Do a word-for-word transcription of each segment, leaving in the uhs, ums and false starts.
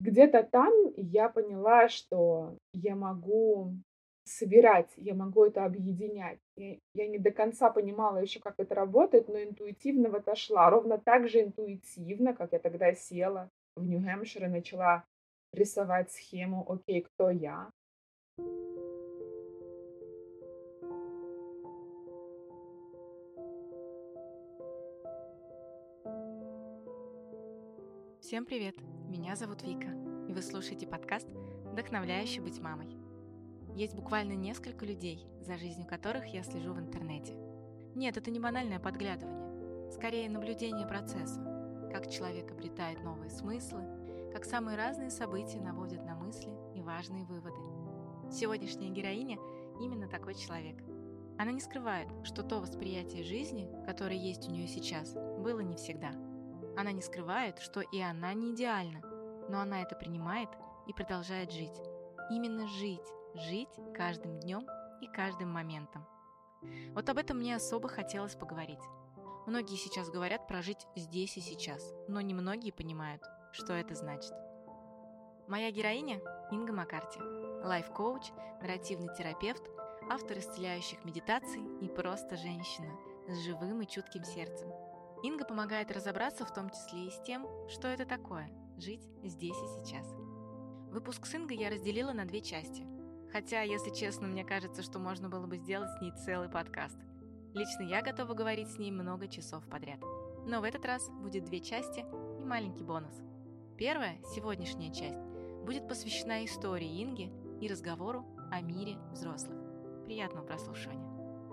Где-то там я поняла, что я могу собирать, я могу это объединять. Я я не до конца понимала еще, как это работает, но интуитивно в это шла. Ровно так же интуитивно, как я тогда села в Нью-Гэмпшир и начала рисовать схему "Окей, кто я?" Всем привет! Меня зовут Вика, и вы слушаете подкаст «Вдохновляюще быть мамой». Есть буквально несколько людей, за жизнью которых я слежу в интернете. Нет, это не банальное подглядывание, скорее наблюдение процесса, как человек обретает новые смыслы, как самые разные события наводят на мысли и важные выводы. Сегодняшняя героиня именно такой человек. Она не скрывает, что то восприятие жизни, которое есть у нее сейчас, было не всегда. Она не скрывает, что и она не идеальна, но она это принимает и продолжает жить. Именно жить, жить каждым днем и каждым моментом. Вот об этом мне особо хотелось поговорить. Многие сейчас говорят про жить здесь и сейчас, но немногие понимают, что это значит. Моя героиня – Инга Маккарти, лайф-коуч, нарративный терапевт, автор исцеляющих медитаций и просто женщина с живым и чутким сердцем. Инга помогает разобраться в том числе и с тем, что это такое – жить здесь и сейчас. Выпуск с Ингой я разделила на две части. Хотя, если честно, мне кажется, что можно было бы сделать с ней целый подкаст. Лично я готова говорить с ней много часов подряд. Но в этот раз будет две части и маленький бонус. Первая, сегодняшняя часть, будет посвящена истории Инги и разговору о мире взрослых. Приятного прослушивания.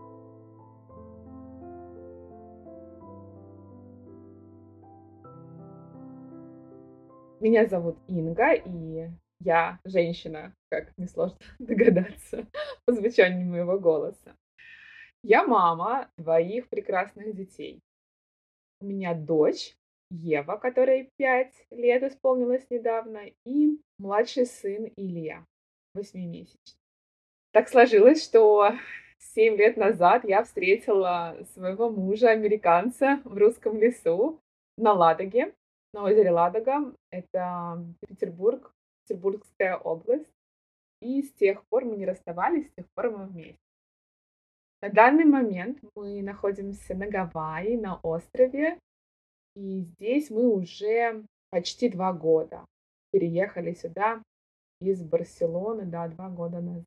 Меня зовут Инга, и я женщина, как несложно догадаться по звучанию моего голоса. Я мама двоих прекрасных детей. У меня дочь Ева, которой пять лет исполнилось недавно, и младший сын Илья, восьмимесячный. Так сложилось, что семь лет назад я встретила своего мужа, американца, в русском лесу на Ладоге, на озере Ладога. Это Петербург, Петербургская область. И с тех пор мы не расставались, с тех пор мы вместе. На данный момент мы находимся на Гавайи, на острове, и здесь мы уже почти два года. Переехали сюда из Барселоны, да, два года назад.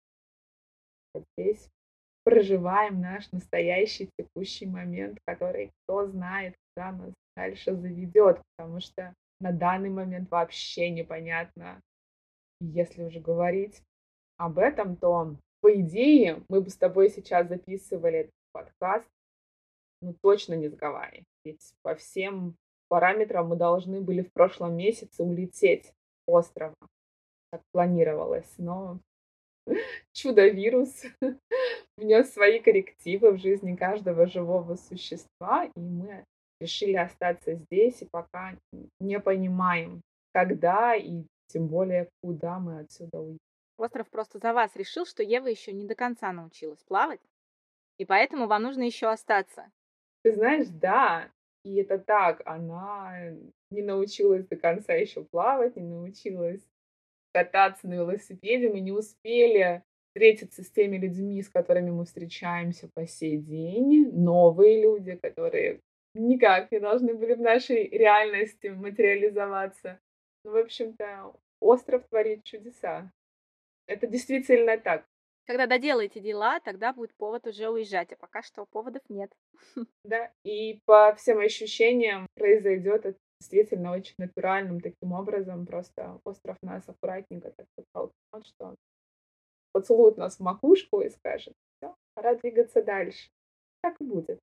Вот здесь проживаем наш настоящий текущий момент, который кто знает, куда нас дальше заведет, потому что на данный момент вообще непонятно. Если уже говорить об этом, то, по идее, мы бы с тобой сейчас записывали этот подкаст, ну, точно не с Гавайи. Ведь по всем параметрам мы должны были в прошлом месяце улететь с острова, как планировалось. Но чудо-вирус внес свои коррективы в жизни каждого живого существа, и мы решили остаться здесь, и пока не понимаем, когда и тем более куда мы отсюда уедем. Остров просто за вас решил, что Ева еще не до конца научилась плавать, и поэтому вам нужно еще остаться. Ты знаешь, да, и это так, она не научилась до конца еще плавать, не научилась кататься на велосипеде, мы не успели встретиться с теми людьми, с которыми мы встречаемся по сей день. Новые люди, которые никак не должны были в нашей реальности материализоваться. Ну, в общем-то, остров творит чудеса. Это действительно так. Когда доделаете дела, тогда будет повод уже уезжать, а пока что поводов нет. Да, и по всем ощущениям произойдет это действительно очень натуральным таким образом. Просто остров нас аккуратненько так подтолкнет, что поцелует нас в макушку и скажет: "Всё, пора двигаться дальше". Так и будет.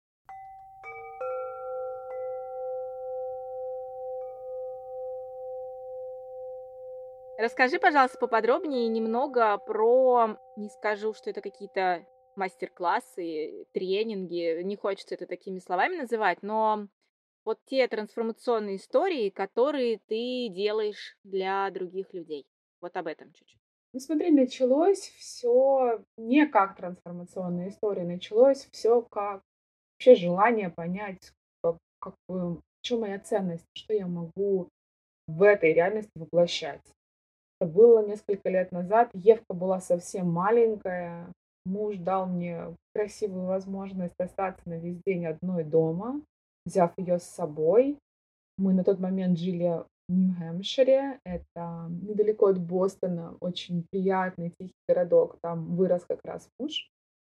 Расскажи, пожалуйста, поподробнее немного про, не скажу, что это какие-то мастер-классы, тренинги, не хочется это такими словами называть, но вот те трансформационные истории, которые ты делаешь для других людей. Вот об этом чуть-чуть. Ну, смотри, началось все не как трансформационная история, началось все как вообще желание понять, как как бы в чём моя ценность, что я могу в этой реальности воплощать. Это было несколько лет назад. Евка была совсем маленькая. Муж дал мне красивую возможность остаться на весь день одной дома, взяв ее с собой. Мы на тот момент жили в Нью-Хэмпшире. Это недалеко от Бостона. Очень приятный, тихий городок. Там вырос как раз муж.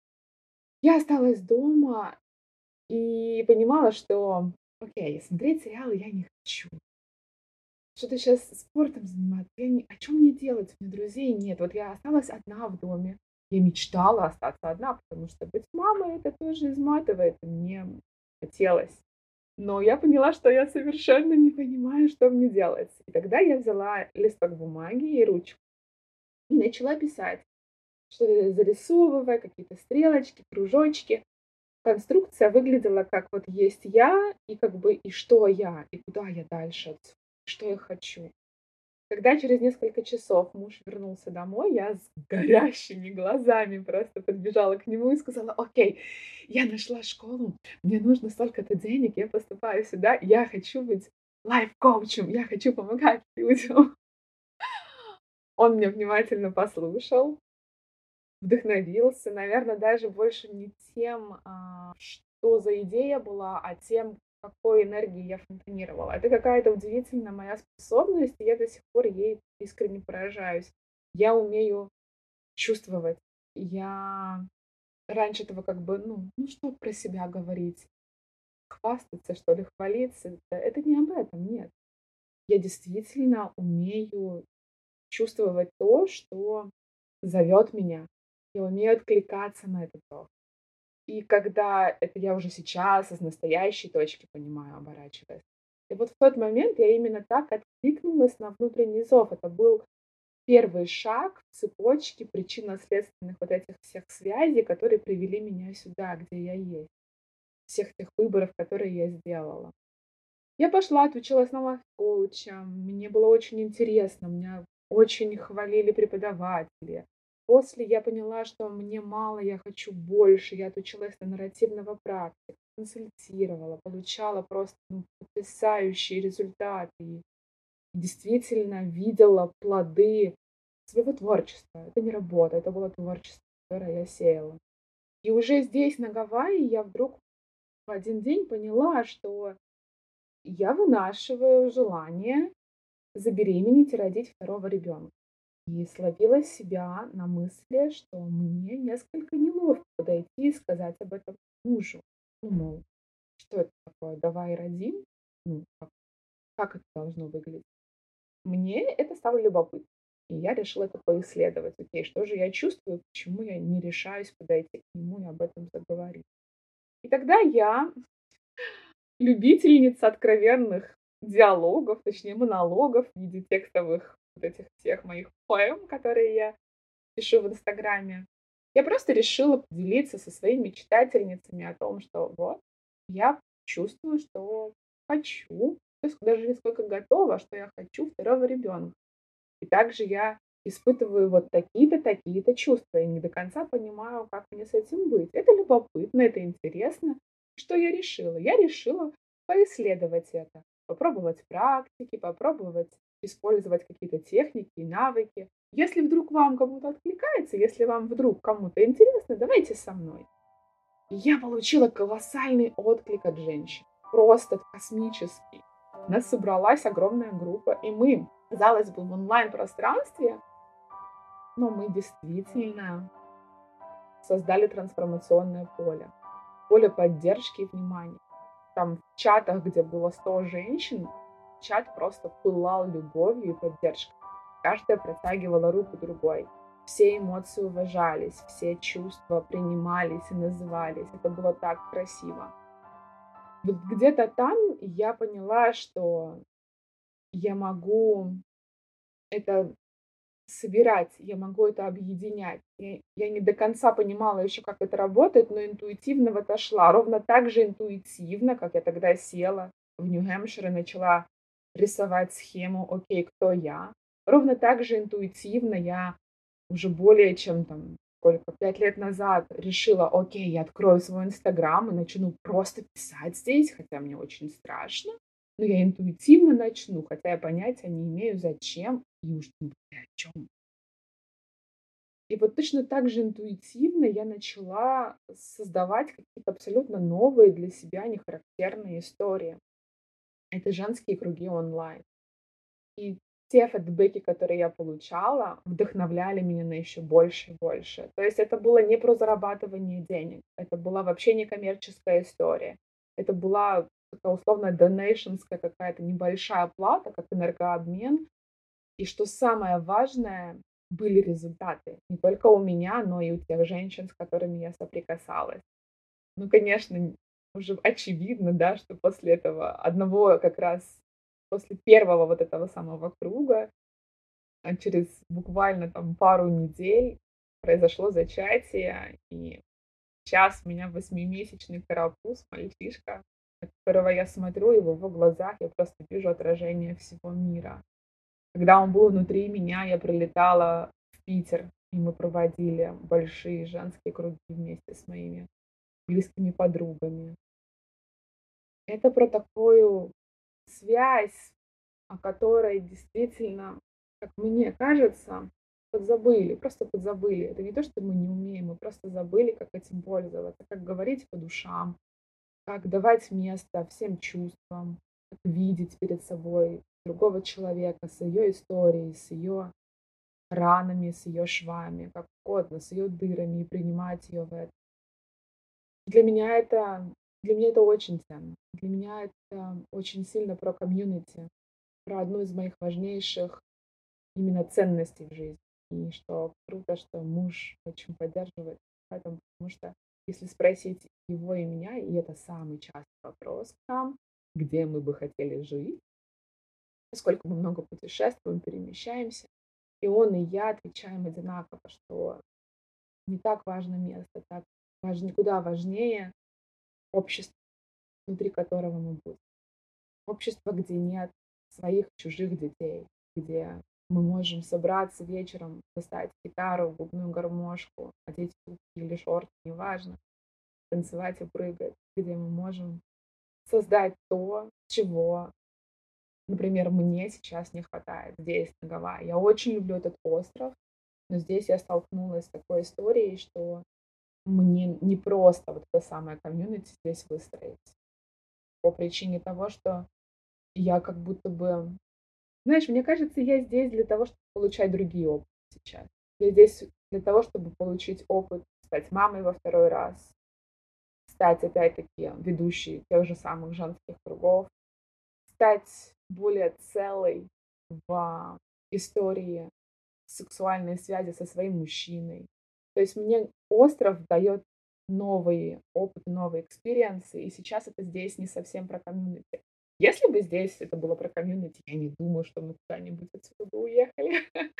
Я осталась дома и понимала, что окей, смотреть сериалы я не хочу. Что-то сейчас спортом заниматься, я не о чем мне делать? У меня друзей нет. Вот я осталась одна в доме. Я мечтала остаться одна, потому что быть мамой — это тоже изматывает, и мне хотелось. Но я поняла, что я совершенно не понимаю, что мне делать. И тогда я взяла листок бумаги и ручку и начала писать, что-то зарисовывая, какие-то стрелочки, кружочки. Конструкция выглядела как вот есть я, и как бы и что я, и куда я дальше отсюда, что я хочу. Когда через несколько часов муж вернулся домой, я с горящими глазами просто подбежала к нему и сказала: "Окей, я нашла школу, мне нужно столько-то денег, я поступаю сюда, я хочу быть лайф-коучем, я хочу помогать людям". Он меня внимательно послушал, вдохновился, наверно, даже больше не тем, а, что за идея была, а тем, какой энергией я фонтанировала. Это какая-то удивительная моя способность, и я до сих пор ей искренне поражаюсь. Я умею чувствовать. Я раньше этого как бы, ну ну что про себя говорить? Хвастаться, что ли, хвалиться? Это это не об этом, нет. Я действительно умею чувствовать то, что зовет меня. Я умею откликаться на этот зов. И когда это я уже сейчас из настоящей точки понимаю, оборачиваясь. И вот в тот момент я именно так откликнулась на внутренний зов. Это был первый шаг в цепочке причинно-следственных вот этих всех связей, которые привели меня сюда, где я есть. Всех тех выборов, которые я сделала. Я пошла, отучилась на лайф-коуча. Мне было очень интересно, меня очень хвалили преподаватели. После я поняла, что мне мало, я хочу больше. Я отучилась на нарративного практика, консультировала, получала просто, ну, потрясающие результаты и действительно видела плоды своего творчества. Это не работа, это было творчество, которое я сеяла. И уже здесь, на Гавайи, я вдруг в один день поняла, что я вынашиваю желание забеременеть и родить второго ребенка. И словила себя на мысли, что мне несколько неловко подойти и сказать об этом мужу. Ну, мол, что это такое? Давай родим? Ну, как, как это должно выглядеть? Мне это стало любопытно. И я решила это поисследовать. Окей, что же я чувствую, почему я не решаюсь подойти к нему и об этом заговорить. И тогда я, любительница откровенных диалогов, точнее монологов в виде текстовых вот этих всех моих поэм, которые я пишу в "Инстаграме". Я просто решила поделиться со своими читательницами о том, что вот я чувствую, что хочу, то есть даже не сколько готова, а что я хочу второго ребенка. И также я испытываю вот такие-то, такие-то чувства и не до конца понимаю, как мне с этим быть. Это любопытно, это интересно. Что я решила? Я решила поисследовать это, попробовать практики, попробовать использовать какие-то техники и навыки. Если вдруг вам кому-то откликается, если вам вдруг кому-то интересно, давайте со мной. И я получила колоссальный отклик от женщин, просто космический. У нас собралась огромная группа, и мы, казалось бы, в онлайн-пространстве, но мы действительно создали трансформационное поле, поле поддержки и внимания. Там в чатах, где было сто женщин, чат просто пылал любовью и поддержкой. Каждая протягивала руку другой. Все эмоции уважались, все чувства принимались и назывались. Это было так красиво. Вот где-то там я поняла, что я могу это собирать, я могу это объединять. Я, я не до конца понимала еще, как это работает, но интуитивно в это шла. Ровно так же интуитивно, как я тогда села в Нью-Хэмпшир и начала рисовать схему «Окей, кто я?». Ровно так же интуитивно я уже более чем там сколько, пять лет назад решила: "Окей, я открою свой "Инстаграм" и начну просто писать здесь", хотя мне очень страшно. но я интуитивно начну, хотя я понятия не имею, зачем и уж тем более о чём. И вот точно так же интуитивно я начала создавать какие-то абсолютно новые для себя нехарактерные истории. Это женские круги онлайн. И те фидбэки, которые я получала, вдохновляли меня на еще больше и больше. То есть это было не про зарабатывание денег, это была вообще не коммерческая история. Это была такая условно донейшнская какая-то небольшая плата, как энергообмен. И что самое важное, были результаты. Не только у меня, но и у тех женщин, с которыми я соприкасалась. Ну, конечно, н уже очевидно, да, что после этого одного как раз, после первого вот этого самого круга, а через буквально там пару недель произошло зачатие. И щас у меня восьмимесячный карапуз, мальчишка, на которого я смотрю, и в его глазах я просто вижу отражение всего мира. Когда он был внутри меня, я прилетала в Питер, и мы проводили большие женские круги вместе с моими близкими подругами. Это про такую связь, о которой действительно, как мне кажется, подзабыли, просто подзабыли. Это не то, что мы не умеем, мы просто забыли, как этим пользоваться, как говорить по душам, как давать место всем чувствам, как видеть перед собой другого человека с ее историей, с ее ранами, с ее швами, как угодно, с ее дырами, и принимать ее в этом. Для меня это для меня это очень ценно. Для меня это очень сильно про комьюнити, про одну из моих важнейших именно ценностей в жизни. И что круто, что муж очень поддерживает в этом, потому что если спросить его и меня, и это самый частый вопрос к нам: где мы бы хотели жить? Поскольку мы много путешествуем, перемещаемся, и он, и я отвечаем одинаково, что не так важно место, так важн куда важнее общество, внутри которого мы будем. Общество, где нет своих, чужих детей, где мы можем собраться вечером, достать гитару, губную гармошку, одеть юбки или шорты, неважно, танцевать и прыгать, где мы можем создать то, чего, например, мне сейчас не хватает здесь, на Гавайи. Я очень люблю этот остров, но здесь я столкнулась с такой историей, что мне непросто вот это самое комьюнити здесь выстроить. По причине того, что я как будто бы знаешь, мне кажется, я здесь для того, чтобы получать другие опыты сейчас. Я здесь для того, чтобы получить опыт стать мамой во второй раз, стать опять-таки ведущей тех же самых женских кругов, стать более целой в истории сексуальной связи со своим мужчиной. То есть мне остров даёт новый опыт, новые экспириенсы, и сейчас это здесь не совсем про комьюнити. Если бы здесь это было про комьюнити, я не думаю, что мы куда-нибудь отсюда бы уехали.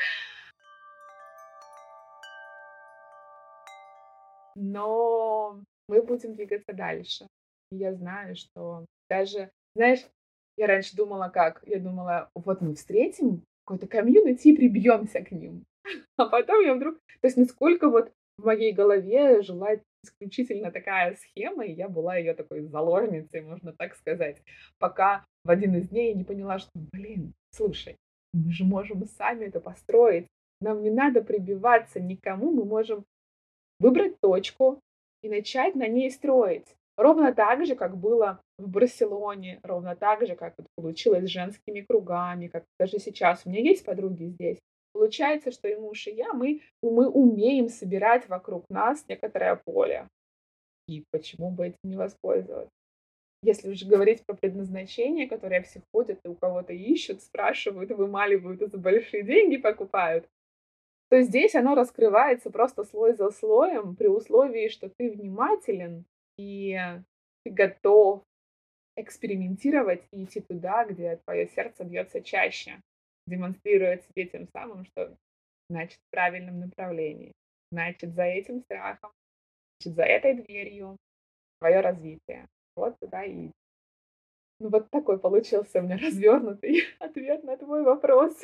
Но мы будем двигаться дальше. И я знаю, что даже знаешь, я раньше думала как? Я думала: вот мы встретим какое-то комьюнити и прибьёмся к ним. А потом я вдруг то есть насколько вот в моей голове жила исключительно такая схема, и я была её такой заложницей, можно так сказать, пока в один из дней я не поняла, что, блин, слушай, мы же можем сами это построить. Нам не надо прибиваться никому, мы можем выбрать точку и начать на ней строить. Ровно так же, как было в Барселоне, ровно так же, как вот получилось с женскими кругами, как даже сейчас у меня есть подруги здесь. Получается, что и муж, и я, мы мы умеем собирать вокруг нас некоторое поле. И почему бы этим не воспользоваться? Если уж говорить про предназначение, которое все ходят и у кого-то ищут, спрашивают, вымаливают и за большие деньги покупают, то здесь оно раскрывается просто слой за слоем при условии, что ты внимателен и ты готов экспериментировать и идти туда, где твоё сердце бьётся чаще, демонстрируя себе тем самым, что значит в правильном направлении, значит за этим страхом, значит за этой дверью твоё развитие. Вот туда и иди. Ну, вот такой получился у меня развёрнутый ответ на твой вопрос.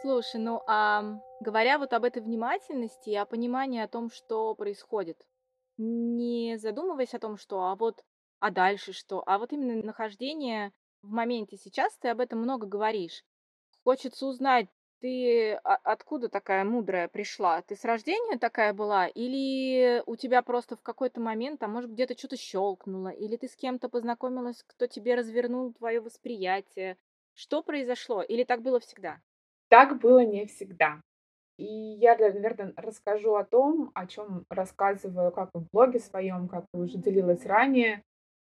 Слушай, ну, ам, говоря вот об этой внимательности и о понимании о том, что происходит, не задумываясь о том, что, а вот, а дальше что, а вот именно нахождение в моменте сейчас, ты об этом много говоришь. Хочется узнать, ты о- откуда такая мудрая пришла? Ты с рождения такая была? Или у тебя просто в какой-то момент, а может где-то что-то щелкнуло? Или ты с кем-то познакомилась, кто тебе развернул твое восприятие? Что произошло? Или так было всегда? Так было не всегда. И я, наверное, расскажу о том, о чем рассказываю как в блоге своем, как и уже делилась ранее.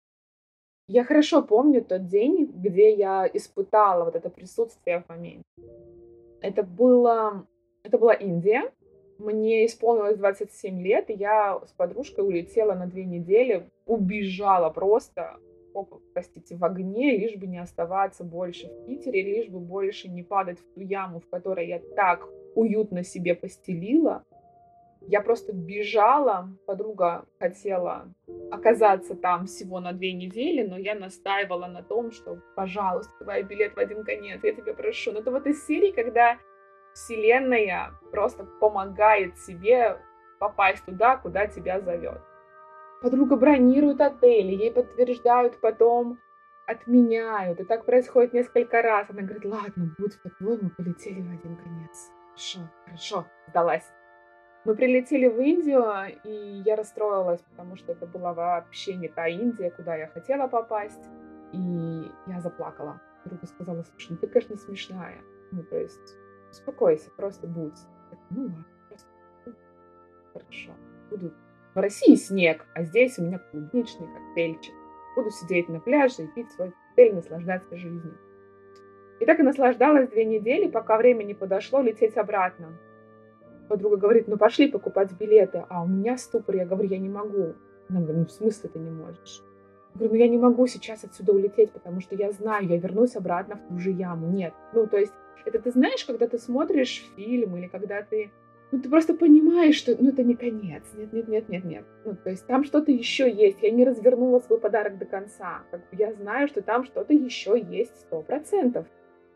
Я хорошо помню тот день, где я испытала вот это присутствие в моменте. Это было это была Индия. Мне исполнилось двадцать семь лет, и я с подружкой улетела на две недели, убежала просто, о, простите, в огне, лишь бы не оставаться больше в Питере, лишь бы больше не падать в ту яму, в которой я так уютно себе постелила. Я просто бежала, подруга хотела оказаться там всего на две недели, но я настаивала на том, что, пожалуйста, давай билет в один конец, я тебя прошу. Но это вот из серии, когда Вселенная просто помогает тебе попасть туда, куда тебя зовет. Подруга бронирует отели, ей подтверждают, потом отменяют. И так происходит несколько раз. Она говорит, ладно, будь по-твоему, полетели в один конец. Хорошо, хорошо, сдалась. Мы прилетели в Индию, и я расстроилась, потому что это была вообще не та Индия, куда я хотела попасть. И я заплакала. Подруга сказала, слушай, ну ты, конечно, смешная. Ну, то есть, успокойся, просто будь. Я такая, ну ладно, просто ну, хорошо. Буду. В России снег, а здесь у меня клубничный коктейльчик. Буду сидеть на пляже и пить свой коктейль, наслаждаться жизнью. И так и наслаждалась две недели, пока время не подошло лететь обратно. Подруга говорит, ну пошли покупать билеты, а у меня ступор, я говорю, я не могу. Она говорит, ну в смысле ты не можешь? Я говорю, ну я не могу сейчас отсюда улететь, потому что я знаю, я вернусь обратно в ту же яму. Нет. Ну то есть это ты знаешь, когда ты смотришь фильм или когда ты, ну ты просто понимаешь, что ну это не конец. Нет, нет, нет, нет, нет. Ну то есть там что-то еще есть. Я не развернула свой подарок до конца. Как бы я знаю, что там что-то еще есть сто процентов.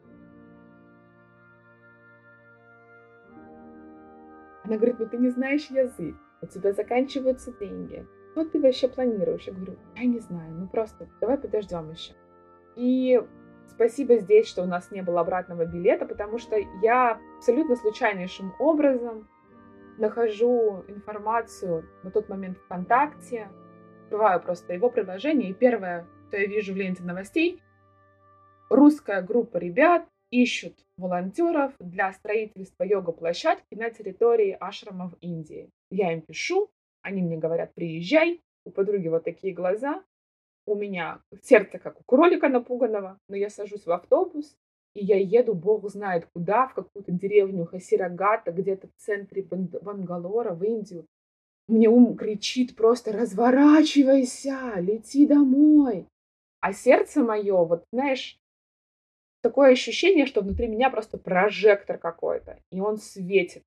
Она говорит, ну ты не знаешь язык, у тебя заканчиваются деньги. Что ты вообще планируешь? Я говорю, я не знаю, ну просто давай подождем еще. И спасибо здесь, что у нас не было обратного билета, потому что я абсолютно случайнейшим образом нахожу информацию на тот момент ВКонтакте, открываю просто его приложение, и первое, что я вижу в ленте новостей, русская группа ребят ищут волонтеров для строительства йога-площадки на территории ашрама в Индии. Я им пишу, они мне говорят, приезжай, у подруги вот такие глаза, у меня сердце как у кролика напуганного, но я сажусь в автобус, и я еду, бог знает куда, в какую-то деревню Хасирагата, где-то в центре Бан- Бангалора, в Индию. Мне ум кричит просто разворачивайся, лети домой. А сердце мое, вот знаешь, такое ощущение, что внутри меня просто прожектор какой-то, и он светит.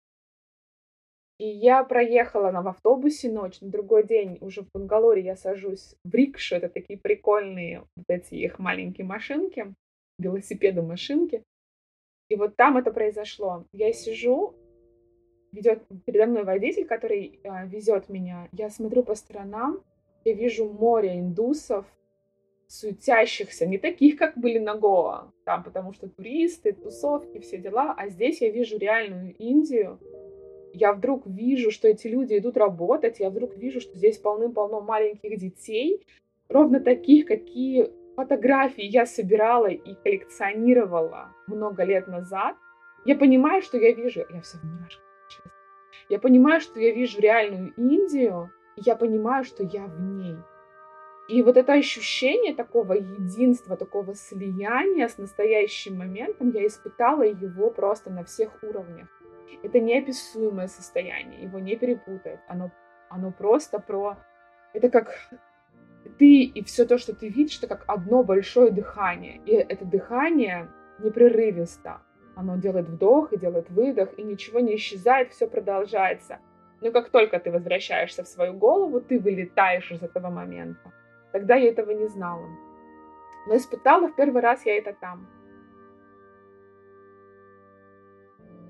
И я проехала на в автобусе ночь, на другой день уже в Бангалоре я сажусь в рикшу, это такие прикольные вот эти их маленькие машинки, велосипеды-машинки. И вот там это произошло. Я сижу, ведет передо мной водитель, который а, везет меня. Я смотрю по сторонам, я вижу море индусов, суетящихся, не таких, как были на Гоа, там, потому что туристы, тусовки, все дела, а здесь я вижу реальную Индию. Я вдруг вижу, что эти люди идут работать, я вдруг вижу, что здесь полным-полно маленьких детей, ровно таких, какие фотографии я собирала и коллекционировала много лет назад. Я понимаю, что я вижу, я все в мурашках, честно. Я понимаю, что я вижу реальную Индию, и я понимаю, что я в ней. И вот это ощущение такого единства, такого слияния с настоящим моментом, я испытала его просто на всех уровнях. Это неописуемое состояние, его не перепутать. Оно, оно просто про... Это как ты и все то, что ты видишь, это как одно большое дыхание. И это дыхание непрерывисто. Оно делает вдох и делает выдох, и ничего не исчезает, все продолжается. Но как только ты возвращаешься в свою голову, ты вылетаешь из этого момента. Тогда я этого не знала. Но испытала в первый раз я это там.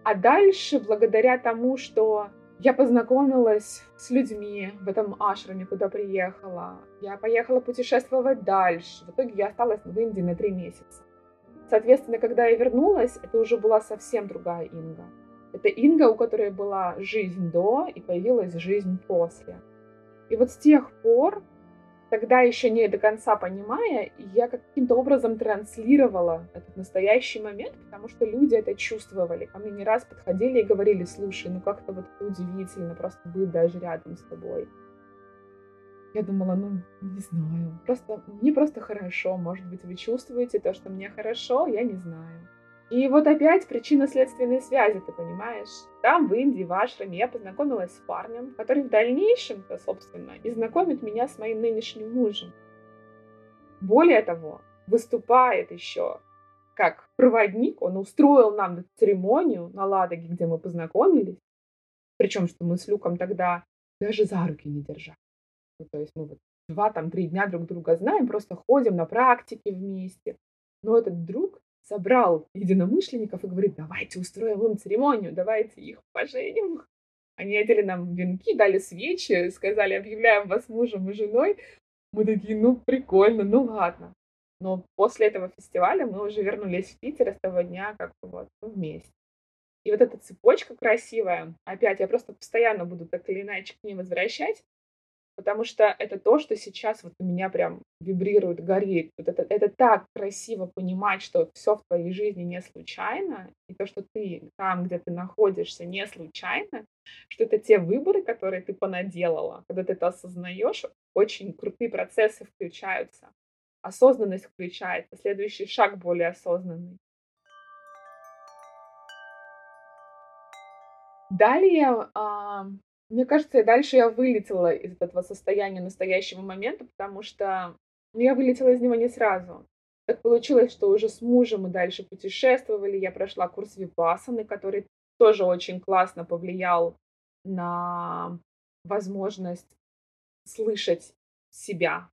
А дальше, благодаря тому, что я познакомилась с людьми в этом ашраме, куда приехала, я поехала путешествовать дальше. В итоге я осталась в Индии на три месяца. Соответственно, когда я вернулась, это уже была совсем другая Инга. Это Инга, у которой была жизнь до и появилась жизнь после. И вот с тех пор, тогда еще не до конца понимая, я каким-то образом транслировала этот настоящий момент, потому что люди это чувствовали. Ко мне не раз подходили и говорили: слушай, ну как-то вот это удивительно, просто быть даже рядом с тобой. Я думала, ну, не знаю, просто мне просто хорошо, может быть, вы чувствуете то, что мне хорошо, я не знаю. И вот опять причинно-следственные связи, ты понимаешь? Там, в Индии, в ашраме, я познакомилась с парнем, который в дальнейшем-то, собственно, и знакомит меня с моим нынешним мужем. Более того, выступает еще как проводник, он устроил нам церемонию на Ладоге, где мы познакомились, причем, что мы с Люком тогда даже за руки не держали. Ну, то есть мы вот два, там, три дня друг друга знаем, просто ходим на практики вместе. Но этот друг собрал единомышленников и говорит: давайте устроим им церемонию, давайте их поженим. Они одели нам венки, дали свечи, сказали: объявляем вас мужем и женой. Мы такие: ну прикольно, ну ладно. Но после этого фестиваля мы уже вернулись в Питер, и с того дня как бы вот мы вместе. И вот эта цепочка красивая, опять я просто постоянно буду так или иначе к ней возвращать, потому что это то, что сейчас вот у меня прям вибрирует, горит. Вот это, это так красиво понимать, что все в твоей жизни не случайно, и то, что ты там, где ты находишься, не случайно, что это те выборы, которые ты понаделала. Когда ты это осознаешь, очень крутые процессы включаются. Осознанность включается, следующий шаг более осознанный. Далее, а, мне кажется, и дальше я вылетела из этого состояния настоящего момента, потому что, ну, я вылетела из него не сразу. Так получилось, что уже с мужем мы дальше путешествовали. Я прошла курс випассаны, который тоже очень классно повлиял на возможность слышать себя.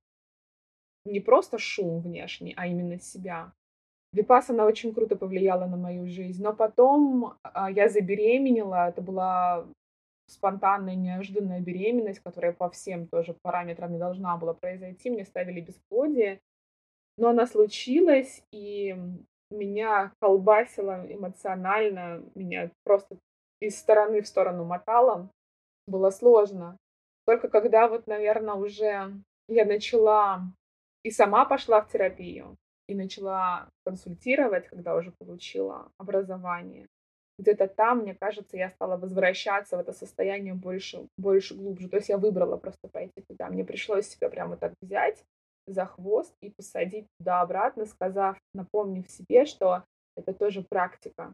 Не просто шум внешний, а именно себя. Випассана очень круто повлияла на мою жизнь. Но потом, а, я забеременела. Это была спонтанная, неожиданная беременность, которая по всем тоже параметрам не должна была произойти. Мне ставили бесплодие, но она случилась, и меня колбасило эмоционально, меня просто из стороны в сторону мотало. Было сложно. Только когда вот, наверное, уже я начала и сама пошла в терапию, и начала консультировать, когда уже получила образование. Где-то там, мне кажется, я стала возвращаться в это состояние больше, больше, глубже. То есть я выбрала просто пойти туда. Мне пришлось себя прямо так взять за хвост и посадить туда-обратно, сказав, напомнив себе, что это тоже практика.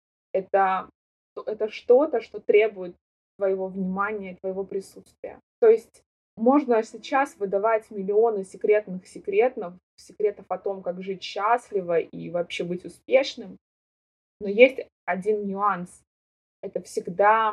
Это, это что-то, что требует твоего внимания, твоего присутствия. То есть можно сейчас выдавать миллионы секретных секретов, секретов о том, как жить счастливо и вообще быть успешным, но есть один нюанс. Это всегда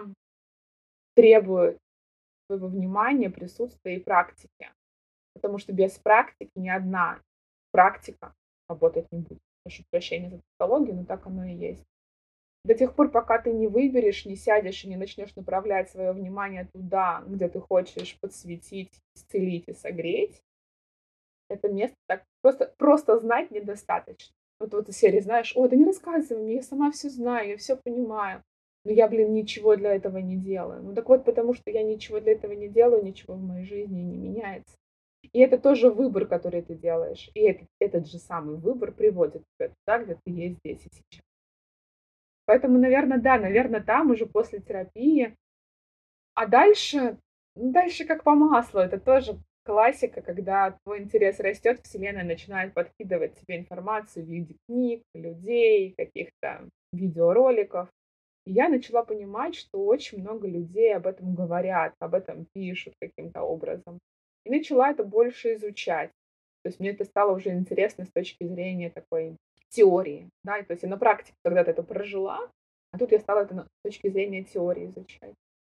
требует твоего внимания, присутствия и практики. Потому что без практики ни одна практика работать не будет. Прошу прощения за тавтологию, но так оно и есть. До тех пор, пока ты не выберешь, не сядешь и не начнешь направлять свое внимание туда, где ты хочешь подсветить, исцелить и согреть, это место так просто, просто знать недостаточно. Вот вот из серии, знаешь: "Ой, да не рассказывай мне, я сама все знаю, я все понимаю". Но я, блин, ничего для этого не делаю. Ну так вот, потому что я ничего для этого не делаю, ничего в моей жизни не меняется. И это тоже выбор, который ты делаешь. И этот, этот же самый выбор приводит тебя туда, где ты есть здесь и сейчас. Поэтому, наверное, да, наверное, там уже после терапии. А дальше, ну, дальше как по маслу. Это тоже классика, когда твой интерес растет, Вселенная начинает подкидывать тебе информацию в виде книг, людей, каких-то видеороликов. И я начала понимать, что очень много людей об этом говорят, об этом пишут каким-то образом. И начала это больше изучать. То есть мне это стало уже интересно с точки зрения такой теории, да, и то есть я на практике когда-то это прожила, а тут я стала это на с точки зрения теории изучать.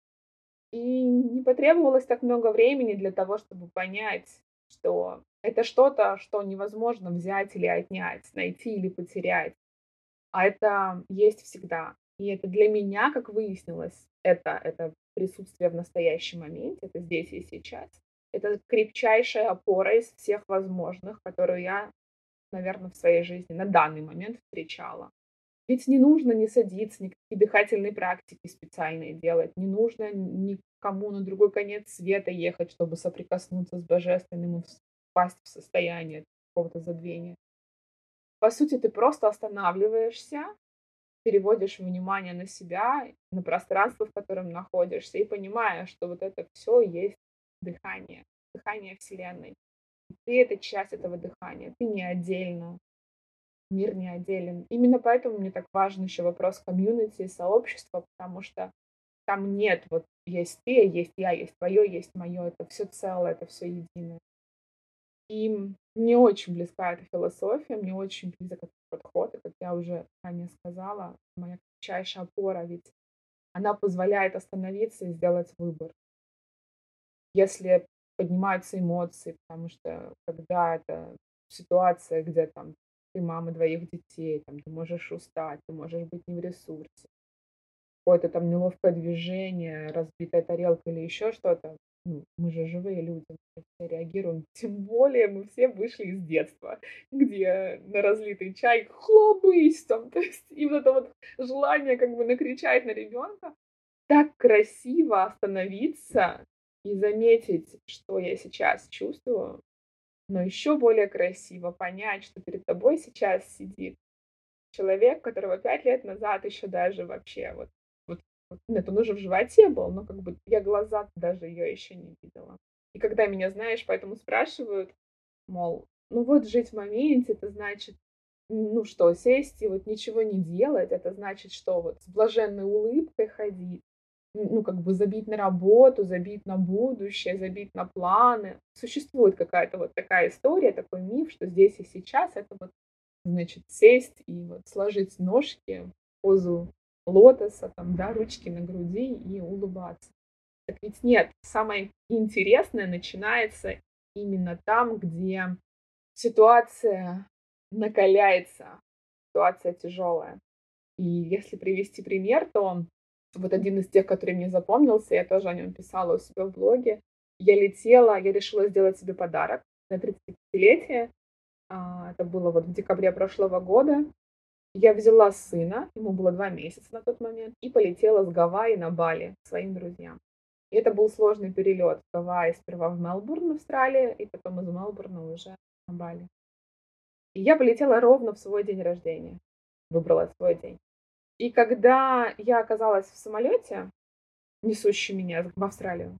И не потребовалось так много времени для того, чтобы понять, что это что-то, что невозможно взять или отнять, найти или потерять, а это есть всегда. И это для меня, как выяснилось, это это присутствие в настоящем моменте, это здесь и сейчас. Это крепчайшая опора из всех возможных, которую я, наверно, в своей жизни на данный момент встречала. Ведь не нужно ни садиться, никакие дыхательные практики специальные делать, не нужно н никому на другой конец света ехать, чтобы соприкоснуться с божественным и вс впасть в состояние какого-то забвения. По сути, ты просто останавливаешься, переводишь внимание на себя, на пространство, в котором находишься, и понимаешь, что вот это всё есть дыхание, дыхание Вселенной. И ты- это часть этого дыхания, ты не отдельно, мир не отделен. Именно поэтому мне так важен ещё вопрос комьюнити и сообщества, потому что там нет вот: есть ты, есть я, есть твоё, есть моё. Это всё целое, это всё единое. И мне очень близка эта философия, мне очень близок этот подход. И как я уже ранее сказала, моя крепчайшая опора, ведь она позволяет остановиться и сделать выбор. Если поднимаются эмоции, потому что когда это ситуация, где там ты мама двоих детей, там ты можешь устать, ты можешь быть не в ресурсе. Какое-то там неловкое движение, разбитая тарелка или еще что-то. Ну, мы же живые люди, мы все реагируем. Тем более мы все вышли из детства, где на разлитый чай хлобысь там. То есть и вот это вот желание как бы накричать на ребенка. Так красиво остановиться и заметить, что я сейчас чувствую, но еще более красиво понять, что перед тобой сейчас сидит человек, которого пять лет назад еще даже вообще вот вот вот нет, он уже в животе был, но как бы я глаза даже ее еще не видела. И когда меня, знаешь, поэтому спрашивают, мол, ну вот жить в моменте- это значит, н ну что, сесть и вот ничего не делать? Это значит что, вот с блаженной улыбкой ходить? Н ну, как бы забить на работу, забить на будущее, забить на планы? Существует какая-то вот такая история, такой миф, что здесь и сейчас- это вот значит сесть и вот сложить ножки в позу лотоса, там, да, ручки на груди и улыбаться. Так ведь нет, самое интересное начинается именно там, где ситуация накаляется, ситуация тяжелая. И если привести пример, то вот один из тех, который мне запомнился, я тоже о нем писала у себя в блоге. Я летела, я решила сделать себе подарок на тридцатипятилетие. А, это было вот в декабре прошлого года. Я взяла сына, ему было два месяца на тот момент, и полетела с Гавайи на Бали к своим друзьям. И это был сложный перелет с Гавайи сперва в Мельбурн, Австралия, и потом из Мельбурна уже на Бали. И я полетела ровно в свой день рождения, выбрала свой день. И когда я оказалась в самолете, несущем меня в Австралию,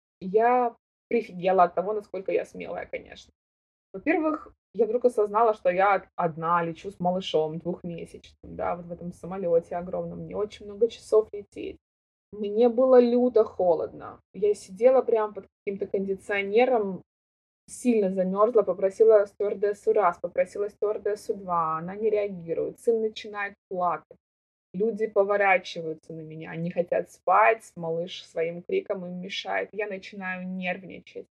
я прифигела от того, насколько я смелая, конечно. Во-первых, я вдруг осознала, что я одна лечу с малышом двухмесячным, да, вот в этом самолете огромном, мне очень много часов лететь. Мне было люто холодно. Я сидела прям под каким-то кондиционером, сильно замерзла, попросила стюардессу раз, попросила стюардессу два, она не реагирует, сын начинает плакать. Люди поворачиваются на меня, они хотят спать, малыш своим криком им мешает. Я начинаю нервничать.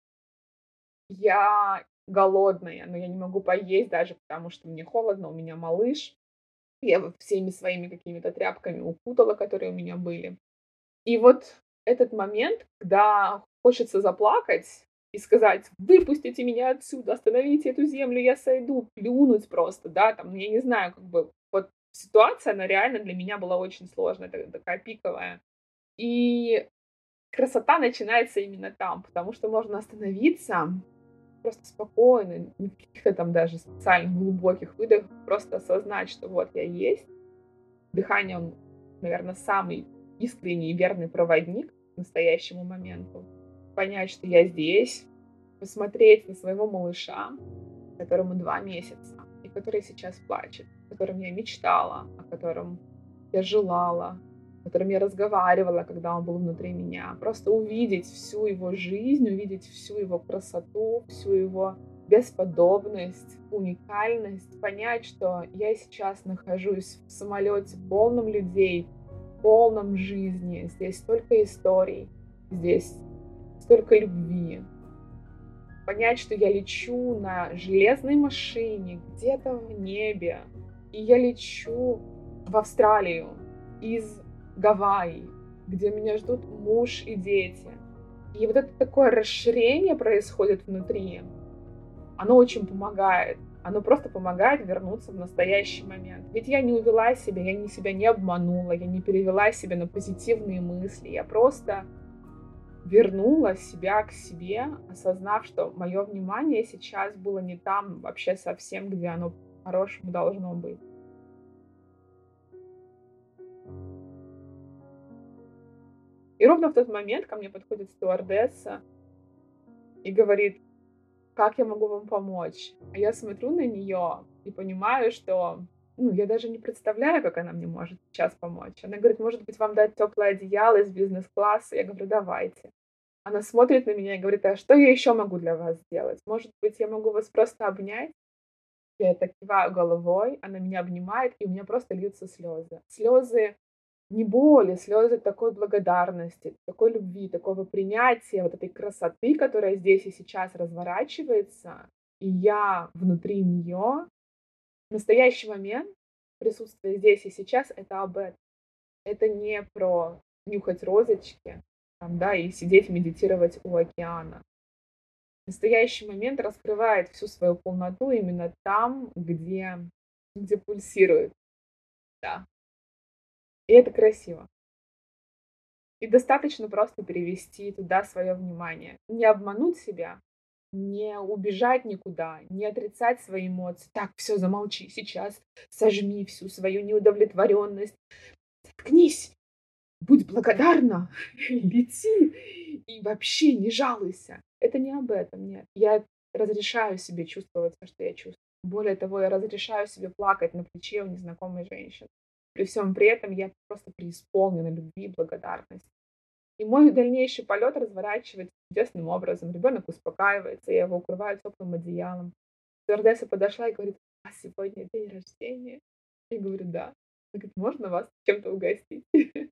Я голодная, но я не могу поесть даже, потому что мне холодно, у меня малыш. Я его всеми своими какими-то тряпками укутала, которые у меня были. И вот этот момент, когда хочется заплакать и сказать: "Выпустите меня отсюда, остановите эту землю, я сойду", плюнуть просто, да, там, ну, я не знаю, как бы вот ситуация, она реально для меня была очень сложная, та такая пиковая. И красота начинается именно там, потому что можно остановиться, просто спокойно, не в каких-то там даже специальных глубоких выдохах, просто осознать, что вот я есть. Дыхание, он, наверно, самый искренний и верный проводник к настоящему моменту. Понять, что я здесь, посмотреть на своего малыша, которому два месяца, и который сейчас плачет, о котором я мечтала, о котором я желала, о котором я разговаривала, когда он был внутри меня. Просто увидеть всю его жизнь, увидеть всю его красоту, всю его бесподобность, уникальность, понять, что я сейчас нахожусь в самолете, полном людей, полном жизни. Здесь столько историй, здесь столько любви. Понять, что я лечу на железной машине где-то в небе, и я лечу в Австралию из Гавайи, где меня ждут муж и дети. И вот это такое расширение происходит внутри, оно очень помогает. Оно просто помогает вернуться в настоящий момент. Ведь я не увела себя, я не себя не обманула, я не перевела себя на позитивные мысли. Я просто вернула себя к себе, осознав, что мое внимание сейчас было не там вообще совсем, где оно по-хорошему должно быть. И ровно в тот момент ко мне подходит стюардесса и говорит: "Как я могу вам помочь?" А я смотрю на нее и понимаю, что, ну, я даже не представляю, как она мне может сейчас помочь. Она говорит: "Может быть, вам дать теплое одеяло из бизнес-класса?" Я говорю: "Давайте". Она смотрит на меня и говорит: "А что я еще могу для вас сделать? Может быть, я могу вас просто обнять?" Я так киваю головой, она меня обнимает, и у меня просто льются слезы. Слезы не боли, слезы такой благодарности, такой любви, такого принятия вот этой красоты, которая здесь и сейчас разворачивается, и я внутри нее. В настоящий момент присутствие здесь и сейчас — это об этом. Это не про нюхать розочки, там, да, и сидеть медитировать у океана. Настоящий момент раскрывает всю свою полноту именно там, где, где пульсирует, да. И это красиво. И достаточно просто перевести туда свое внимание. Не обмануть себя, не убежать никуда, не отрицать свои эмоции. Так, все, замолчи сейчас, сожми всю свою неудовлетворенность, заткнись, будь благодарна, лети и вообще не жалуйся. Это не об этом, нет. Я разрешаю себе чувствовать то, что я чувствую. Более того, я разрешаю себе плакать на плече у незнакомой женщины. При всем при этом я просто преисполнена любви и благодарности. И мой дальнейший полет разворачивается чудесным образом. Ребенок успокаивается, я его укрываю теплым одеялом. Стюардесса подошла и говорит: "А сегодня день рождения?" Я говорю: "Да". Она говорит: "Можно вас чем-то угостить?"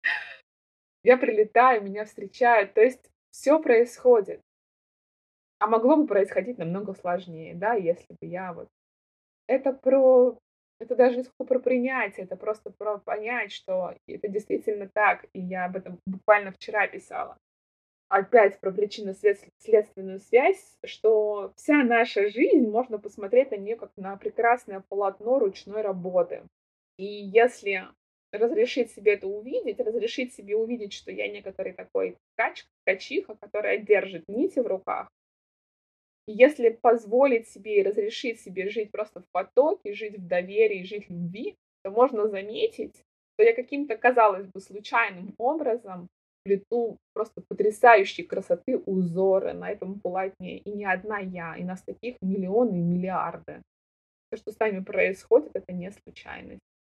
Я прилетаю, меня встречают. То есть все происходит. А могло бы происходить намного сложнее, да, если бы я вот. Это про это даже не сколько про принятие, это просто про понять, что это действительно так. И я об этом буквально вчера писала. Опять про причинно-следственную связь, что вся наша жизнь, можно посмотреть на нее как на прекрасное полотно ручной работы. И если разрешить себе это увидеть, разрешить себе увидеть, что я некоторый такой ткач, ткачиха, которая держит нити в руках, и если позволить себе и разрешить себе жить просто в потоке, жить в доверии, жить в любви, то можно заметить, что я каким-то, казалось бы, случайным образом плету просто потрясающей красоты узоры на этом полотне. И не одна я, и нас таких миллионы и миллиарды. То, что с нами происходит, это не случайность.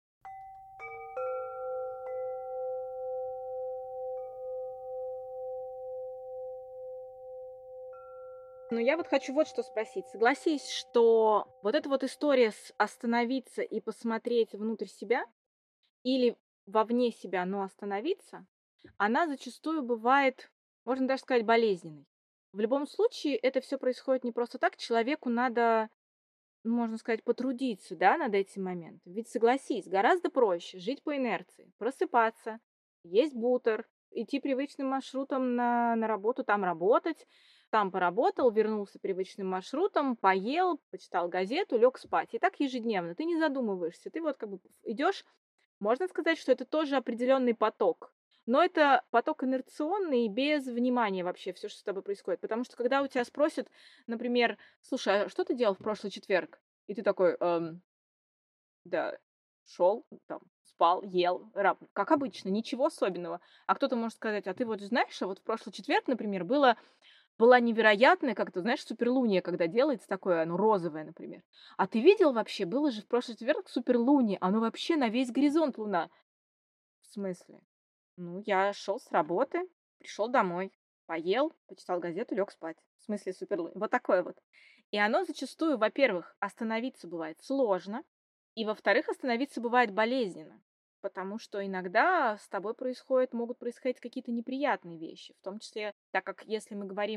Но я вот хочу вот что спросить. Согласись, что вот эта вот история с остановиться и посмотреть внутрь себя или вовне себя, но остановиться, она зачастую бывает, можно даже сказать, болезненной. В любом случае, это все происходит не просто так. Человеку надо, ну, можно сказать, потрудиться, да, над этим моментом. Ведь согласись, гораздо проще жить по инерции, просыпаться, есть бутер, идти привычным маршрутом на, на работу, там работать, там поработал, вернулся привычным маршрутом, поел, почитал газету, лег спать. И так ежедневно. Ты не задумываешься. Ты вот как бы идешь, можно сказать, что это тоже определенный поток. Но это поток инерционный и без внимания вообще все, что с тобой происходит. Потому что когда у тебя спросят, например: "Слушай, а что ты делал в прошлый четверг?" И ты такой: "Эм, да, шел, там, спал, ел, раб как обычно, ничего особенного". А кто-то может сказать: "А ты вот знаешь, а вот в прошлый четверг, например, было была невероятная, как ты знаешь, суперлуния, когда делается такое, оно розовое, например. А ты видел вообще, было же в прошлый четверг суперлуния, оно вообще на весь горизонт луна". В смысле? Ну, я шел с работы, пришел домой, поел, почитал газету, лег спать. В смысле суперлуния? Вот такое вот. И оно зачастую, во-первых, остановиться бывает сложно, и, во-вторых, остановиться бывает болезненно. Потому что иногда с тобой происходят, могут происходить какие-то неприятные вещи. В том числе, так как если мы говорим,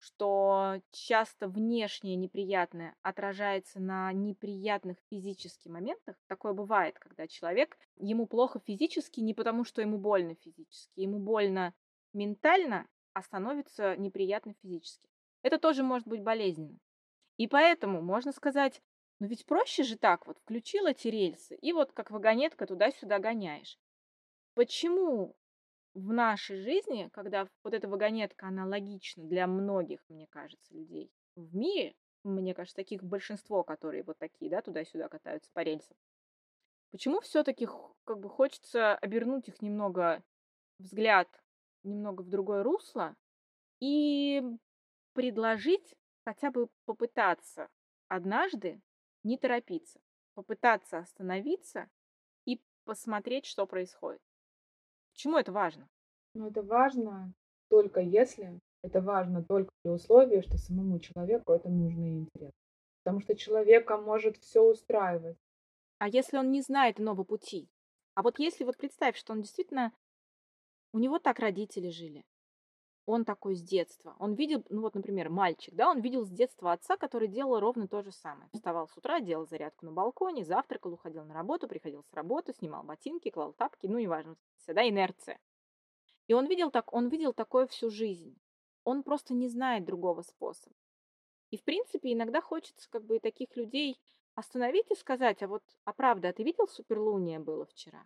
что часто внешнее неприятное отражается на неприятных физических моментах. Такое бывает, когда человек, ему плохо физически не потому, что ему больно физически, ему больно ментально, а становится неприятно физически. Это тоже может быть болезненно. И поэтому можно сказать, ну ведь проще же так, вот включил эти рельсы, и вот как вагонетка туда-сюда гоняешь. Почему в нашей жизни, когда вот эта вагонетка, она логична для многих, мне кажется, людей в мире, мне кажется, таких большинство, которые вот такие, да, туда-сюда катаются по рельсам, почему все-таки как бы хочется обернуть их немного взгляд, немного в другое русло и предложить хотя бы попытаться однажды не торопиться, попытаться остановиться и посмотреть, что происходит. Почему это важно? Но это важно только если, это важно только при условии, что самому человеку это нужно и интересно. Потому что человека может все устраивать. А если он не знает иного пути? А вот если вот представь, что он действительно, у него так родители жили, он такой с детства, он видел, ну вот, например, мальчик, да, он видел с детства отца, который делал ровно то же самое. Вставал с утра, делал зарядку на балконе, завтракал, уходил на работу, приходил с работы, снимал ботинки, клал тапки, ну, неважно, всегда инерция. И он видел, так, он видел такое всю жизнь. Он просто не знает другого способа. И, в принципе, иногда хочется как бы и таких людей остановить и сказать, а вот, а правда, а ты видел суперлуния было вчера?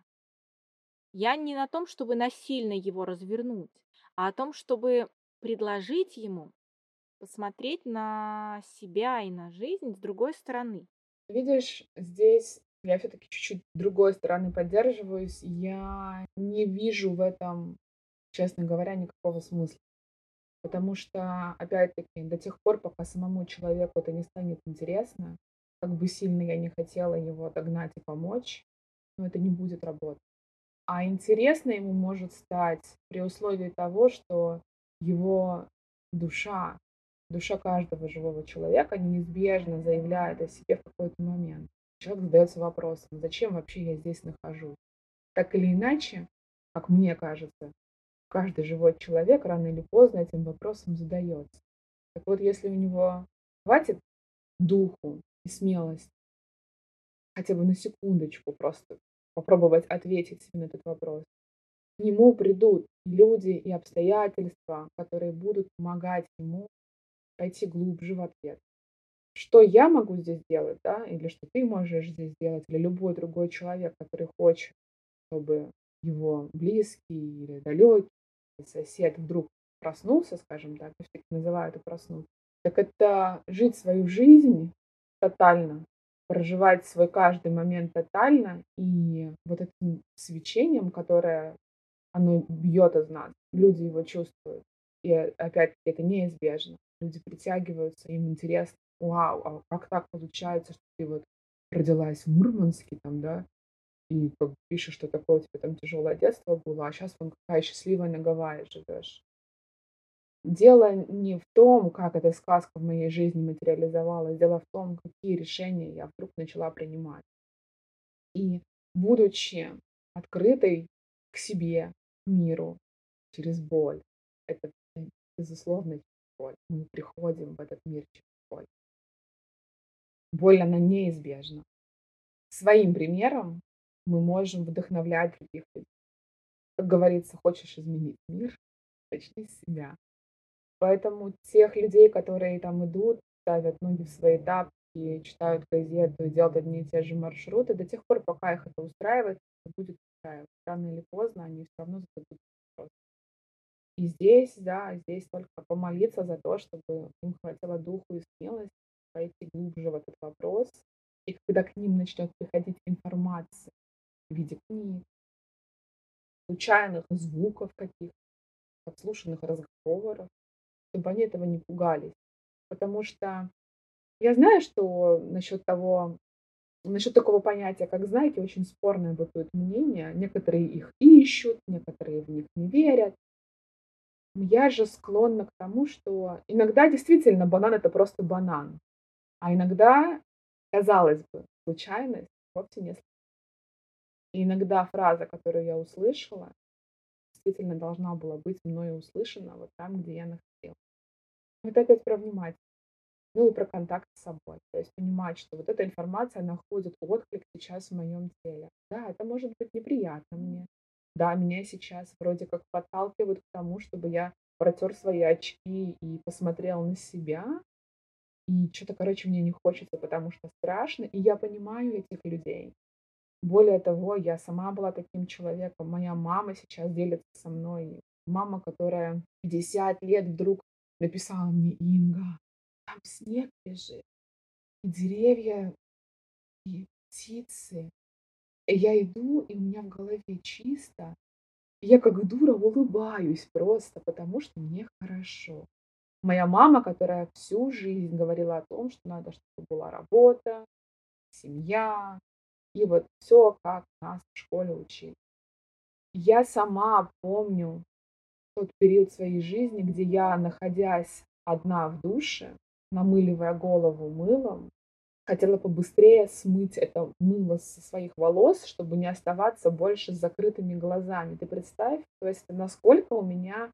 Я не на том, чтобы насильно его развернуть, а о том, чтобы предложить ему посмотреть на себя и на жизнь с другой стороны. Видишь, здесь я все таки чуть-чуть другой стороны поддерживаюсь. Я не вижу в этом, честно говоря, никакого смысла. Потому что, опять-таки, до тех пор, пока самому человеку это не станет интересно, как бы сильно я не хотела его догнать и помочь, но это не будет работать. А интересно ему может стать при условии того, что его душа, душа каждого живого человека неизбежно заявляет о себе в какой-то момент. Человек задается вопросом: зачем вообще я здесь нахожусь? Так или иначе, как мне кажется, каждый живой человек рано или поздно этим вопросом задается. Так вот, если у него хватит духу и смелости хотя бы на секундочку просто попробовать ответить себе на этот вопрос, к нему придут люди и обстоятельства, которые будут помогать ему пойти глубже в ответ. Что я могу здесь сделать, да, или что ты можешь здесь сделать, или любой другой человек, который хочет, чтобы его близкий или далекий сосед вдруг проснулся, скажем так, я всё-таки называю это проснуться, так это жить свою жизнь тотально, проживать свой каждый момент тотально и вот этим свечением, которое оно бьет из нас. Люди его чувствуют. И э, опять-таки это неизбежно. Люди притягиваются, им интересно: "Вау, а как так получается, что ты вот родилась в Мурманске там, да, и как бы пишешь, что такое у тебя там тяжелое детство было, а сейчас вон какая счастливая на Гавайях живешь". Дело не в том, как эта сказка в моей жизни материализовалась, дело в том, какие решения я вдруг начала принимать. И будучи открытой к себе, к миру через боль, это, э, безусловно, через боль. Мы приходим в этот мир через боль. Боль, она неизбежна. Своим примером мы можем вдохновлять других людей. Как говорится, хочешь изменить мир — начни с себя. Поэтому тех людей, которые там идут, ставят ноги в свои тапки, читают газету и делают одни и те же маршруты, до тех пор, пока их это устраивает, это будет устраивать. Рано или поздно они все равно зададут вопрос. И здесь, да, здесь только помолиться за то, чтобы им хватило духу и смелости пойти глубже в этот вопрос. И когда к ним начнет приходить информация в виде книг, случайных звуков каких-то, подслушанных разговоров, чтобы они этого не пугались. Потому что я знаю, что насчет того, насчет такого понятия, как знаки, очень спорное бытует мнение. Некоторые их ищут, некоторые в них не верят. Я же склонна к тому, что иногда действительно банан — это просто банан, а иногда, казалось бы, случайность вовсе не случайность. И иногда фраза, которую я услышала, действительно должна была быть мною услышана вот там, где я находилась. Это опять про внимательность. Ну и про контакт с собой. То есть понимать, что вот эта информация находит отклик сейчас в моем теле. Да, это может быть неприятно мне. Да, меня сейчас вроде как подталкивают к тому, чтобы я протер свои очки и посмотрел на себя. И что то короче, мне не хочется, потому что страшно. И я понимаю этих людей. Более того, я сама была таким человеком. Моя мама сейчас делится со мной. Мама, которая в пятьдесят лет вдруг написала мне: "Инга, там снег лежит, и деревья, и птицы". И я иду, и у меня в голове чисто. И я как дура улыбаюсь просто, потому что мне хорошо. Моя мама, которая всю жизнь говорила о том, что надо, чтобы была работа, семья и вот все, как нас в школе учили. Я сама помню тот период своей жизни, где я, находясь одна в душе, намыливая голову мылом, хотела побыстрее смыть это мыло со своих волос, чтобы не оставаться больше с закрытыми глазами. Ты представь, то есть насколько у меня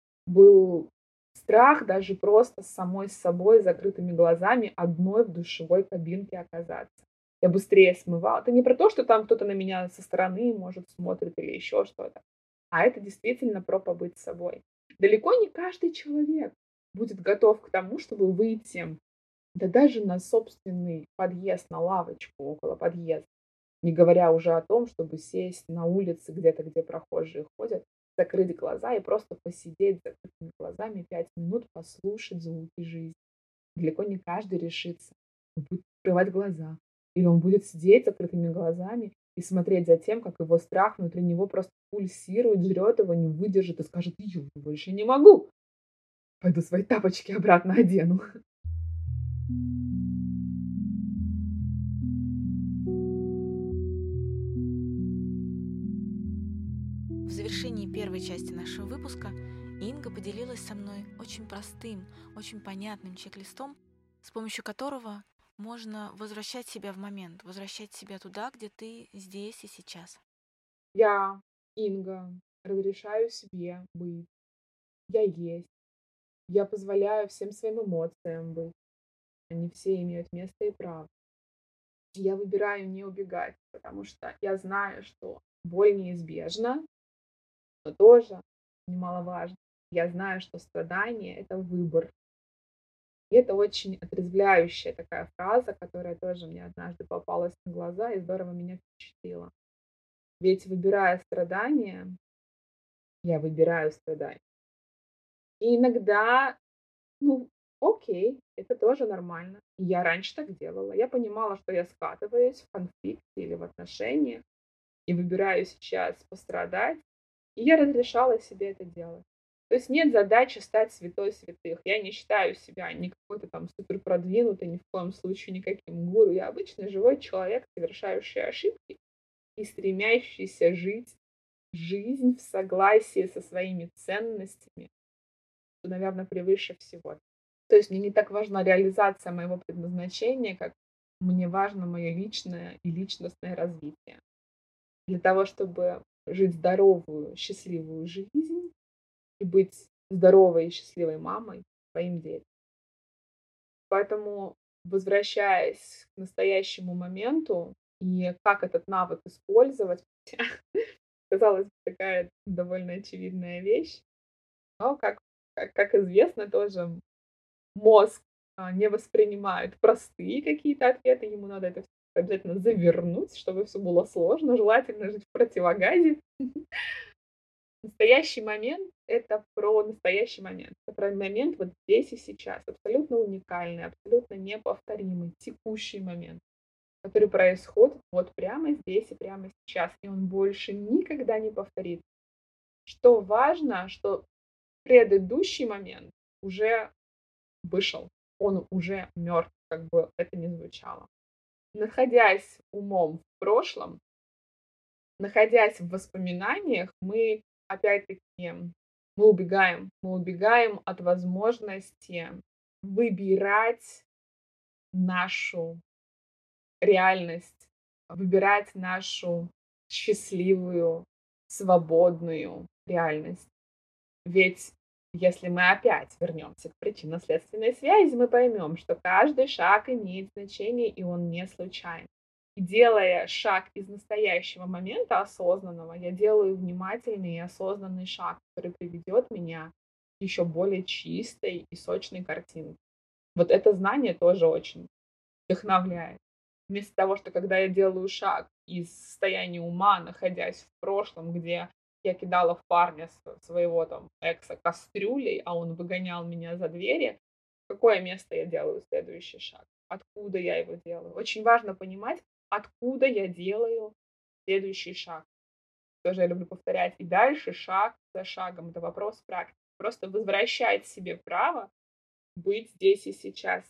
был страх даже просто с самой собой с закрытыми глазами одной в душевой кабинке оказаться. Я быстрее смывала. Это не про то, что там кто-то на меня со стороны, может, смотрит или еще что-то, а это действительно про побыть собой. Далеко не каждый человек будет готов к тому, чтобы выйти, да даже на собственный подъезд, на лавочку около подъезда. Не говоря уже о том, чтобы сесть на улице где-то, где прохожие ходят, закрыть глаза и просто посидеть с закрытыми глазами пять минут, послушать звуки жизни. Далеко не каждый решится. Он будет открывать глаза. Или он будет сидеть с закрытыми глазами и смотреть за тем, как его страх внутри него просто пульсирует, жрет его, не выдержит и скажет: "Я больше не могу. Пойду свои тапочки обратно одену". В завершении первой части нашего выпуска Инга поделилась со мной очень простым, очень понятным чек-листом, с помощью которого можно возвращать себя в момент, возвращать себя туда, где ты здесь и сейчас. Я, Инга, разрешаю себе быть. Я есть. Я позволяю всем своим эмоциям быть. Они все имеют место и право. Я выбираю не убегать, потому что я знаю, что боль неизбежна, но тоже немаловажно. Я знаю, что страдание — это выбор. И это очень отрезвляющая такая фраза, которая тоже мне однажды попалась на глаза и здорово меня впечатлила. Ведь, выбирая страдания, я выбираю страдания. И иногда, ну, окей, это тоже нормально. И я раньше так делала. Я понимала, что я скатываюсь в конфликте или в отношениях и выбираю сейчас пострадать, и я разрешала себе это делать. То есть нет задачи стать святой святых. Я не считаю себя ни какой-то там супер продвинутой, ни в коем случае никаким гуру. Я обычный живой человек, совершающий ошибки и стремящийся жить жизнь в согласии со своими ценностями, что, наверное, превыше всего. То есть мне не так важна реализация моего предназначения, как мне важно мое личное и личностное развитие. Для того, чтобы жить здоровую, счастливую жизнь и быть здоровой и счастливой мамой своим детям. Поэтому, возвращаясь к настоящему моменту и как этот навык использовать, казалось бы, такая довольно очевидная вещь, но, как как как известно, тоже мозг, а, не воспринимает простые какие-то ответы, ему надо это всё обязательно завернуть, чтобы все было сложно, желательно жить в противогазе. Настоящий момент — это про настоящий момент. Это про момент вот здесь и сейчас. Абсолютно уникальный, абсолютно неповторимый, текущий момент, который происходит вот прямо здесь и прямо сейчас, и он больше никогда не повторится. Что важно, что предыдущий момент уже вышел, он уже мертв, как бы это ни звучало. Находясь умом в прошлом, находясь в воспоминаниях, мы опять-таки мы убегаем. Мы убегаем от возможности выбирать нашу реальность, выбирать нашу счастливую, свободную реальность. Ведь Если мы опять вернемся к причинно-следственной связи, мы поймем, что каждый шаг имеет значение, и он не случайен. И делая шаг из настоящего момента осознанного, я делаю внимательный и осознанный шаг, который приведет меня к еще более чистой и сочной картинке. Вот это знание тоже очень вдохновляет. Вместо того, что когда я делаю шаг из состояния ума, находясь в прошлом, где я кидала в парня с- своего там экса кастрюлей, а он выгонял меня за двери, в какое место я делаю следующий шаг? Откуда я его делаю? Очень важно понимать, откуда я делаю следующий шаг. Тоже я люблю повторять. И дальше шаг за шагом. Это вопрос практики. Просто возвращать себе право быть здесь и сейчас.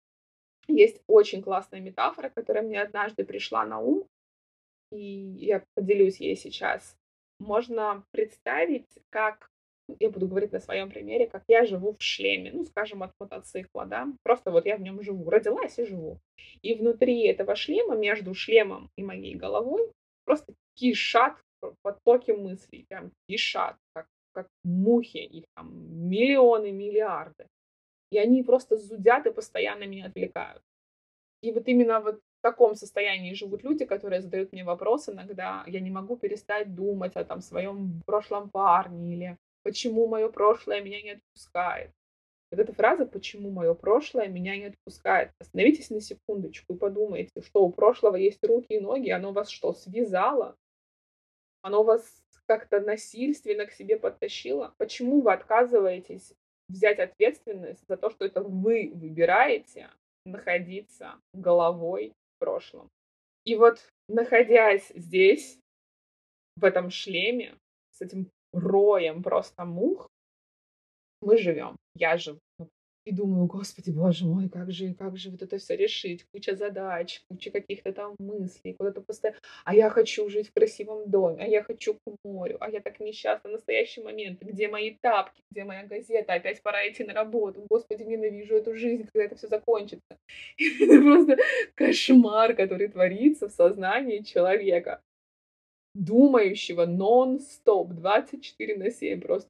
Есть очень классная метафора, которая мне однажды пришла на ум, и я поделюсь ей сейчас. Можно представить, как я буду говорить на своем примере, как я живу в шлеме, ну, скажем, от мотоцикла, да. Просто вот я в нем живу, родилась и живу. И внутри этого шлема, между шлемом и моей головой, просто кишат потоки мыслей, прям кишат, как, как мухи, их там миллионы, миллиарды. И они просто зудят и постоянно меня отвлекают. И вот именно вот в таком состоянии живут люди, которые задают мне вопрос иногда. Я не могу перестать думать о там своем прошлом парне или почему мое прошлое меня не отпускает. Вот эта фраза "почему мое прошлое меня не отпускает". Остановитесь на секундочку и подумайте, что у прошлого есть руки и ноги, оно вас что, связало? Оно вас как-то насильственно к себе подтащило? Почему вы отказываетесь взять ответственность за то, что это вы выбираете находиться головой в прошлом? И вот, находясь здесь, в этом шлеме, с этим роем просто мух, мы живем. Я живу. И думаю: "Господи, боже мой, как же как же вот это все решить? Куча задач, куча каких-то там мыслей, куда-то постоя а я хочу жить в красивом доме, а я хочу к морю, а я так несчастна в настоящий момент. Где мои тапки? Где моя газета? Опять пора идти на работу. Господи, ненавижу эту жизнь, когда это все закончится". Это просто кошмар, который творится в сознании человека, думающего нон-стоп двадцать четыре на семь просто.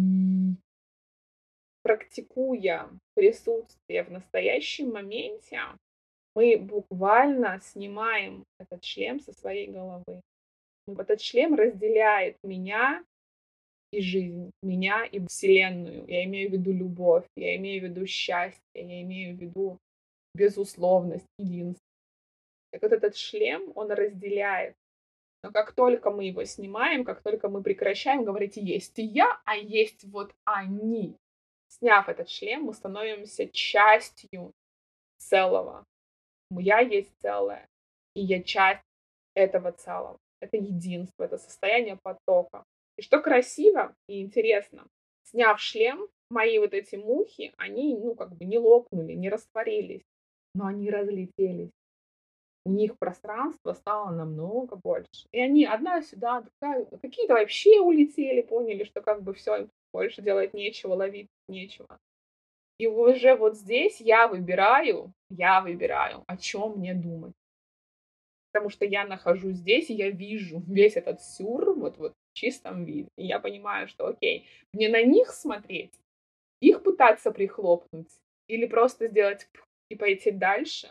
Практикуя присутствие в настоящем моменте, мы буквально снимаем этот шлем со своей головы. Этот шлем разделяет меня и жизнь, меня и Вселенную. Я имею в виду любовь, я имею в виду счастье, я имею в виду безусловность, единство. Так вот этот шлем, он разделяет. Но как только мы его снимаем, как только мы прекращаем говорить «есть я», а есть вот они, сняв этот шлем, мы становимся частью целого. Я есть целое, и я часть этого целого. Это единство, это состояние потока. И что красиво и интересно, сняв шлем, мои вот эти мухи, они, ну, как бы не лопнули, не растворились, но они разлетелись. У них пространство стало намного больше. И они одна сюда, другая, какие-то вообще улетели, поняли, что как бы все, им больше делать нечего, ловить нечего. И уже вот здесь я выбираю, я выбираю, о чем мне думать. Потому что я нахожусь здесь, и я вижу весь этот сюр вот, вот в чистом виде. И я понимаю, что окей, мне на них смотреть, их пытаться прихлопнуть или просто сделать пф и пойти дальше,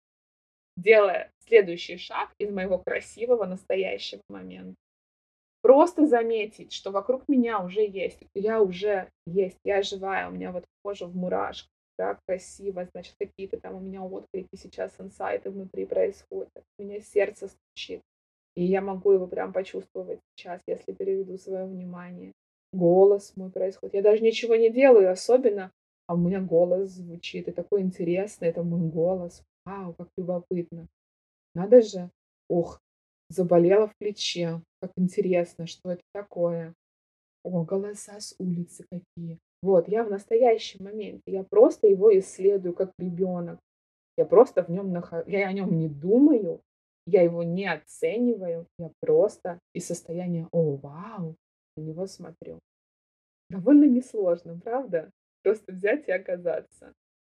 делая следующий шаг из моего красивого настоящего момента. Просто заметить, что вокруг меня уже есть, я уже есть, я живая, у меня вот кожа в мурашках, да, красиво, значит, какие-то там у меня отклики сейчас, инсайты внутри происходят, у меня сердце стучит, и я могу его прям почувствовать сейчас, если переведу свое внимание. Голос мой происходит. Я даже ничего не делаю особенно, а у меня голос звучит, и такой интересный, это мой голос. Вау, как любопытно. Надо же. Ох, заболела в плече. Как интересно, что это такое? О, голоса с улицы какие. Вот, я в настоящем моменте, я просто его исследую как ребенок. Я просто в нем нахожусь, я о нем не думаю, я его не оцениваю, я просто из состояния "О, вау!" на него смотрю. Довольно несложно, правда? Просто взять и оказаться.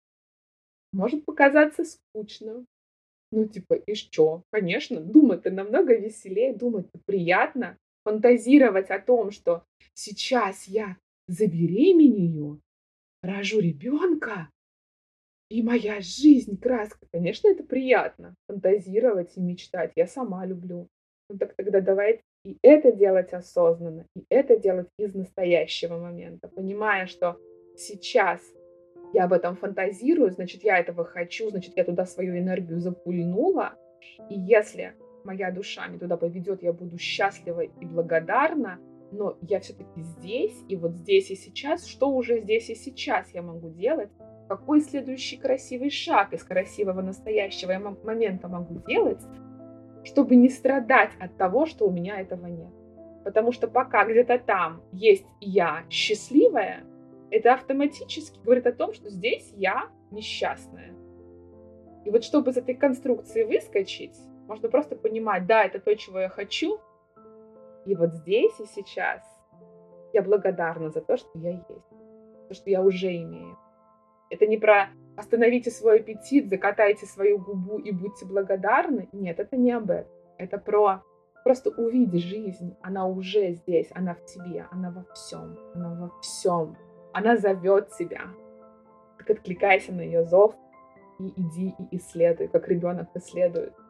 Может показаться скучно. Ну, типа, и что? Конечно, думать-то намного веселее, думать-то приятно. Фантазировать о том, что сейчас я забеременею, рожу ребенка, и моя жизнь краска. Конечно, это приятно фантазировать и мечтать. Я сама люблю. Ну так тогда давайте и это делать осознанно, и это делать из настоящего момента, понимая, что сейчас я об этом фантазирую, значит, я этого хочу, значит, я туда свою энергию запульнула. И если моя душа меня туда поведет, я буду счастлива и благодарна, но я все-таки здесь, и вот здесь и сейчас, что уже здесь и сейчас я могу делать, какой следующий красивый шаг из красивого настоящего я мо- момента могу делать, чтобы не страдать от того, что у меня этого нет. Потому что пока где-то там есть я счастливая, это автоматически говорит о том, что здесь я несчастная. И вот чтобы из этой конструкции выскочить, можно просто понимать, да, это то, чего я хочу, и вот здесь и сейчас я благодарна за то, что я есть, то, что я уже имею. Это не про остановите свой аппетит, закатайте свою губу и будьте благодарны. Нет, это не об этом. Это про просто увидеть жизнь. Она уже здесь, она в тебе, она во всем, она во всем. Она зовет тебя. Так откликайся на ее зов и иди и исследуй, как ребенок исследует